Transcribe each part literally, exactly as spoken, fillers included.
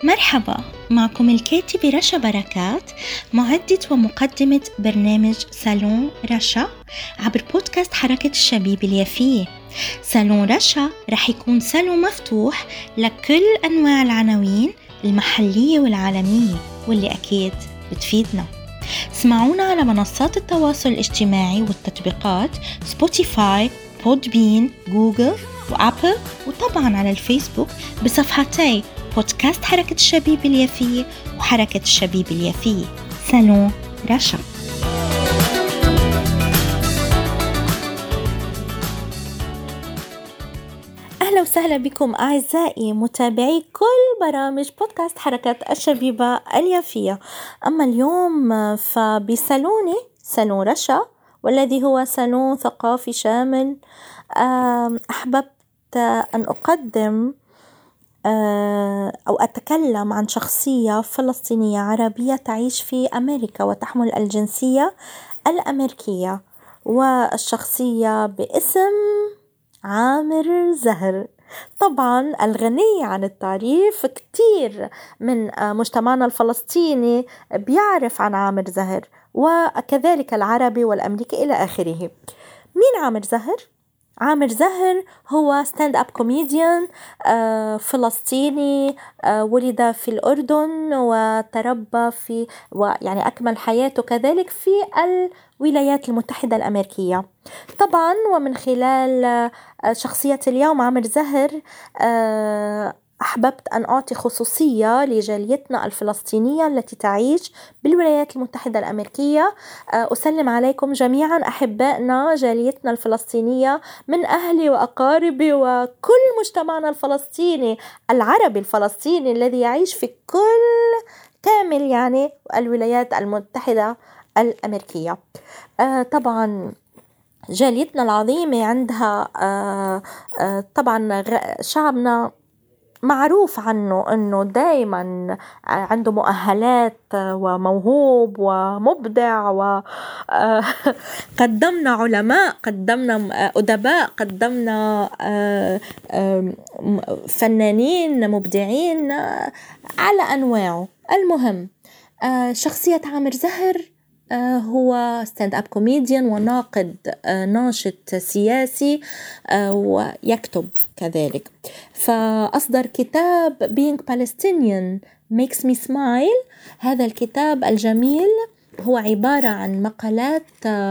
مرحبا، معكم الكاتبة رشا بركات، معدة ومقدمة برنامج صالون رشا عبر بودكاست حركة الشبيب اليافية. صالون رشا رح يكون صالون مفتوح لكل أنواع العناوين المحلية والعالمية واللي أكيد بتفيدنا. اسمعونا على منصات التواصل الاجتماعي والتطبيقات سبوتيفاي، بودبين، جوجل وأبل، وطبعا على الفيسبوك بصفحتي بودكاست حركة الشبيب اليافية وحركة الشبيب اليافية. صالون رشا. أهلا وسهلا بكم أعزائي متابعي كل برامج بودكاست حركة الشبيبة اليافية. أما اليوم فبصالوني صالون رشا، والذي هو صالون ثقافي شامل. أحببت أن أقدم أو أتكلم عن شخصية فلسطينية عربية تعيش في أمريكا وتحمل الجنسية الأمريكية، والشخصية باسم عامر زهر. طبعا الغني عن التعريف، كتير من مجتمعنا الفلسطيني بيعرف عن عامر زهر، وكذلك العربي والأمريكي إلى آخره. مين عامر زهر؟ عامر زهر هو ستاند اب كوميديان فلسطيني، ولد في الأردن وتربى في ويعني أكمل حياته كذلك في الولايات المتحدة الأمريكية. طبعا ومن خلال شخصية اليوم عامر زهر أحببت أن أعطي خصوصية لجاليتنا الفلسطينية التي تعيش بالولايات المتحدة الأمريكية. أسلم عليكم جميعا أحبائنا جاليتنا الفلسطينية من أهلي وأقاربي وكل مجتمعنا الفلسطيني العربي الفلسطيني الذي يعيش في كل كامل يعني الولايات المتحدة الأمريكية. طبعا جاليتنا العظيمة عندها طبعا شعبنا معروف عنه أنه دايما عنده مؤهلات وموهوب ومبدع، وقدمنا علماء، قدمنا أدباء، قدمنا فنانين مبدعين على أنواعه. المهم شخصية عامر زهر هو ستاند اب كوميديان وناقد ناشط سياسي ويكتب كذلك. فأصدر كتاب Being Palestinian Makes Me Smile. هذا الكتاب الجميل هو عبارة عن مقالات،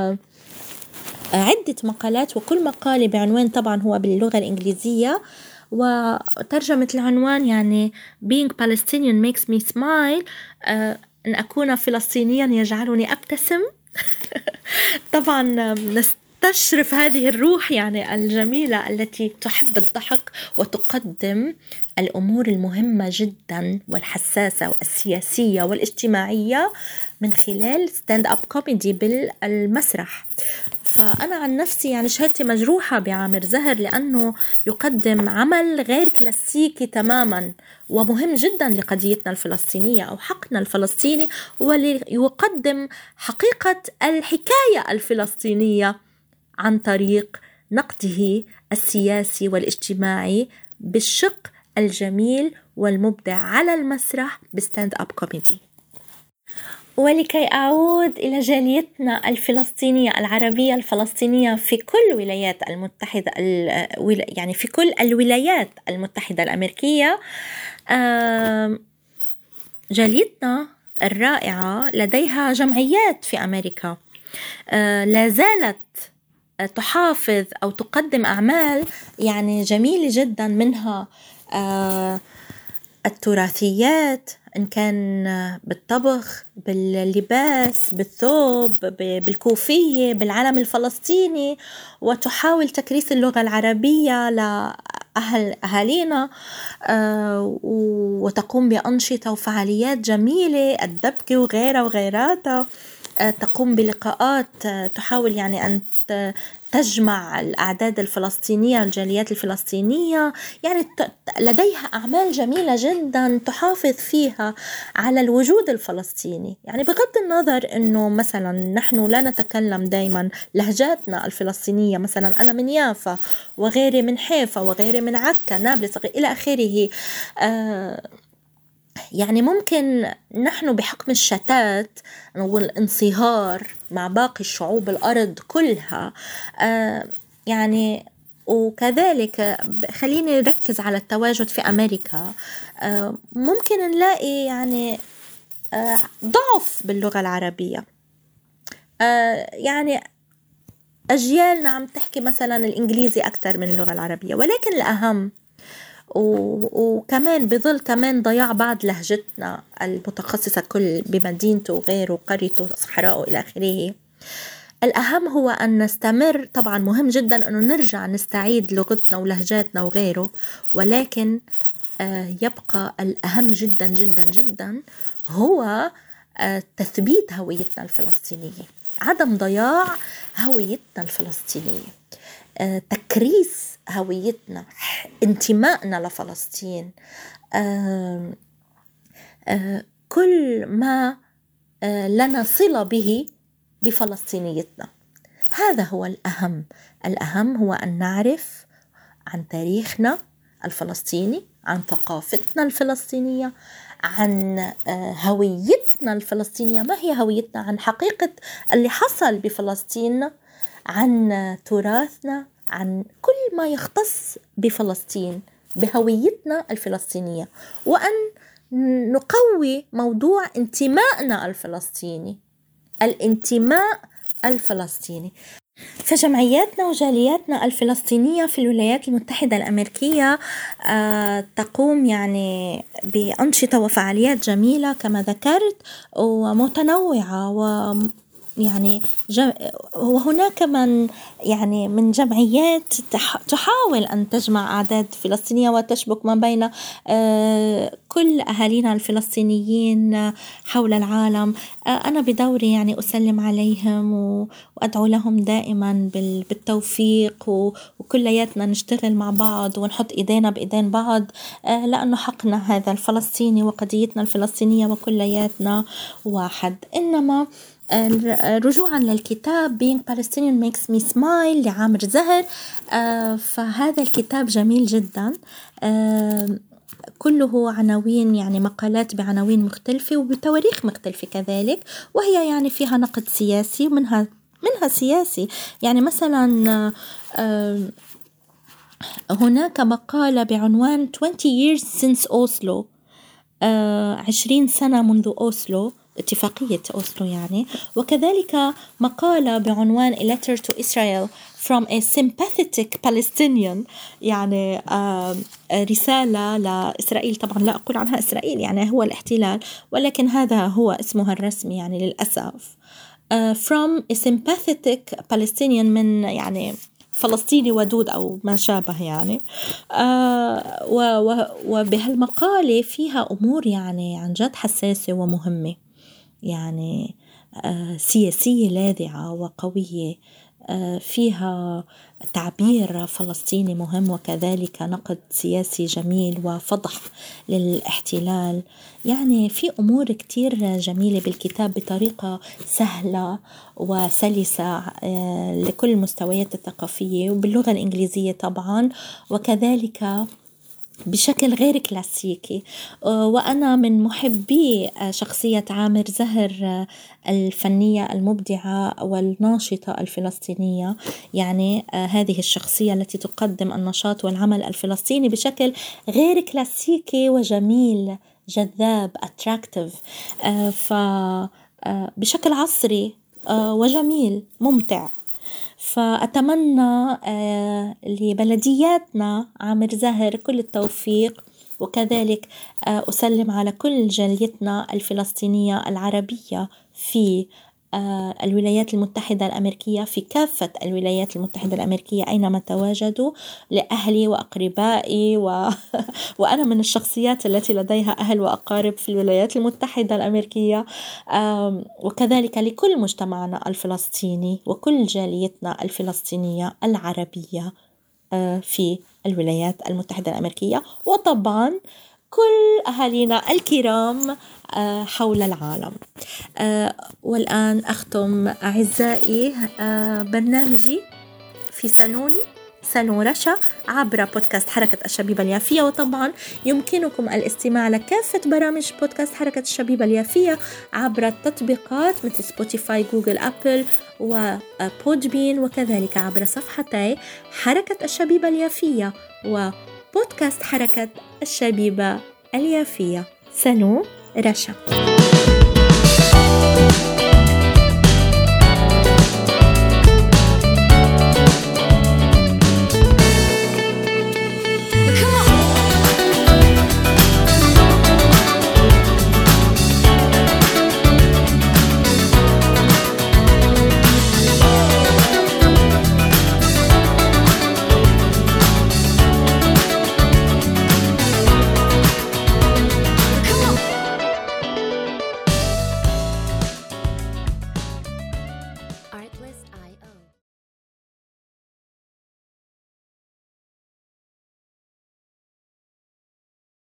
عدة مقالات، وكل مقالة بعنوان طبعا هو باللغة الإنجليزية، وترجمة العنوان يعني Being Palestinian Makes Me Smile، أن أكون فلسطينيا يجعلني أبتسم. طبعا نستشرف هذه الروح يعني الجميلة التي تحب الضحك وتقدم الأمور المهمة جدا والحساسة والسياسية والاجتماعية من خلال ستاند اب كوميدي بالمسرح. فأنا عن نفسي يعني شهادتي مجروحة بعامر زهر، لأنه يقدم عمل غير كلاسيكي تماما ومهم جدا لقضيتنا الفلسطينية أو حقنا الفلسطيني، ويقدم حقيقة الحكاية الفلسطينية عن طريق نقده السياسي والاجتماعي بالشق الجميل والمبدع على المسرح بستاند اب كوميدي. ولكي أعود إلى جاليتنا الفلسطينية العربية الفلسطينية في كل ولايات المتحدة يعني في كل الولايات المتحدة الأمريكية، جاليتنا الرائعة لديها جمعيات في أمريكا لا زالت تحافظ أو تقدم أعمال يعني جميلة جدا، منها التراثيات إن كان بالطبخ، باللباس، بالثوب، بالكوفية، بالعلم الفلسطيني، وتحاول تكريس اللغة العربية لأهل أهالينا، وتقوم بأنشطة وفعاليات جميلة، الدبكة وغيرها وغيراتها. تقوم بلقاءات تحاول يعني أن تجمع الأعداد الفلسطينية والجاليات الفلسطينية، يعني لديها أعمال جميلة جدا تحافظ فيها على الوجود الفلسطيني. يعني بغض النظر أنه مثلا نحن لا نتكلم دايما لهجاتنا الفلسطينية، مثلا أنا من يافا وغيري من حيفا وغيري من عكا نابلس إلى آخره، آه يعني ممكن نحن بحكم الشتات والانصهار مع باقي الشعوب الأرض كلها آه يعني وكذلك خليني نركز على التواجد في أمريكا آه ممكن نلاقي يعني آه ضعف باللغة العربية آه يعني أجيالنا عم تحكي مثلا الإنجليزي أكثر من اللغة العربية، ولكن الأهم وكمان بظل كمان ضياع بعض لهجتنا المتخصصة كل بمدينته وغيره وقريته صحراءه إلى آخره، الأهم هو أن نستمر. طبعا مهم جدا أنه نرجع نستعيد لغتنا ولهجاتنا وغيره، ولكن يبقى الأهم جدا جدا جدا هو تثبيت هويتنا الفلسطينية، عدم ضياع هويتنا الفلسطينية، تكريس هويتنا، انتمائنا لفلسطين، آه آه كل ما آه لنا صلة به بفلسطينيتنا. هذا هو الأهم. الأهم هو أن نعرف عن تاريخنا الفلسطيني، عن ثقافتنا الفلسطينية، عن آه هويتنا الفلسطينية، ما هي هويتنا، عن حقيقة اللي حصل بفلسطين، عن تراثنا، عن كل ما يختص بفلسطين بهويتنا الفلسطينية، وأن نقوي موضوع انتمائنا الفلسطيني، الانتماء الفلسطيني. فجمعياتنا وجالياتنا الفلسطينية في الولايات المتحدة الأمريكية آه تقوم يعني بأنشطة وفعاليات جميلة كما ذكرت ومتنوعة، و يعني جم... وهناك من يعني من جمعيات تحاول أن تجمع أعداد فلسطينية وتشبك ما بين كل أهالينا الفلسطينيين حول العالم. أنا بدوري يعني أسلم عليهم وأدعو لهم دائما بالتوفيق، وكلياتنا نشتغل مع بعض ونحط إيدينا بإيدين بعض، لأنه حقنا هذا الفلسطيني وقضيتنا الفلسطينية وكلياتنا واحد. إنما رجوعا للكتاب Being Palestinian Makes Me Smile لعامر زهر، فهذا الكتاب جميل جدا، كله عناوين يعني مقالات بعناوين مختلفة وبتواريخ مختلفة كذلك، وهي يعني فيها نقد سياسي ومنها منها سياسي. يعني مثلا هناك مقالة بعنوان twenty years since Oslo، عشرين سنة منذ أوسلو، اتفاقية أوسلو يعني. وكذلك مقالة بعنوان A letter to Israel from a sympathetic Palestinian، يعني آه رسالة لإسرائيل. طبعا لا أقول عنها إسرائيل، يعني هو الاحتلال، ولكن هذا هو اسمها الرسمي يعني للأسف. آه from a sympathetic Palestinian، من يعني فلسطيني ودود أو ما شابه يعني. آه وبهالمقالة فيها أمور يعني عن جد حساسة ومهمة، يعني آه سياسية لاذعة وقوية، آه فيها تعبير فلسطيني مهم، وكذلك نقد سياسي جميل وفضح للاحتلال. يعني في أمور كتير جميلة بالكتاب بطريقة سهلة وسلسة آه لكل المستويات الثقافية، وباللغة الإنجليزية طبعا، وكذلك بشكل غير كلاسيكي. وأنا من محبي شخصية عامر زهر الفنية المبدعة والناشطة الفلسطينية، يعني هذه الشخصية التي تقدم النشاط والعمل الفلسطيني بشكل غير كلاسيكي وجميل جذاب attractive، فبشكل عصري وجميل ممتع. فأتمنى لبلدياتنا عامر زهر كل التوفيق، وكذلك أسلم على كل جاليتنا الفلسطينية العربية في الولايات المتحدة الأمريكية، في كافة الولايات المتحدة الأمريكية أينما تواجدوا، لأهلي وأقربائي و... وأنا من الشخصيات التي لديها أهل وأقارب في الولايات المتحدة الأمريكية، وكذلك لكل مجتمعنا الفلسطيني وكل جاليتنا الفلسطينية العربية في الولايات المتحدة الأمريكية، وطبعا كل أهالينا الكرام حول العالم. والآن أختم أعزائي برنامجي في سالوني سنو رشا عبر بودكاست حركة الشبيبة اليافية. وطبعا يمكنكم الاستماع لكافة برامج بودكاست حركة الشبيبة اليافية عبر التطبيقات مثل سبوتيفاي، جوجل، أبل وبودبين، وكذلك عبر صفحتي حركة الشبيبة اليافية وبودكاست حركة الشبيبة اليافية. سنو رشا.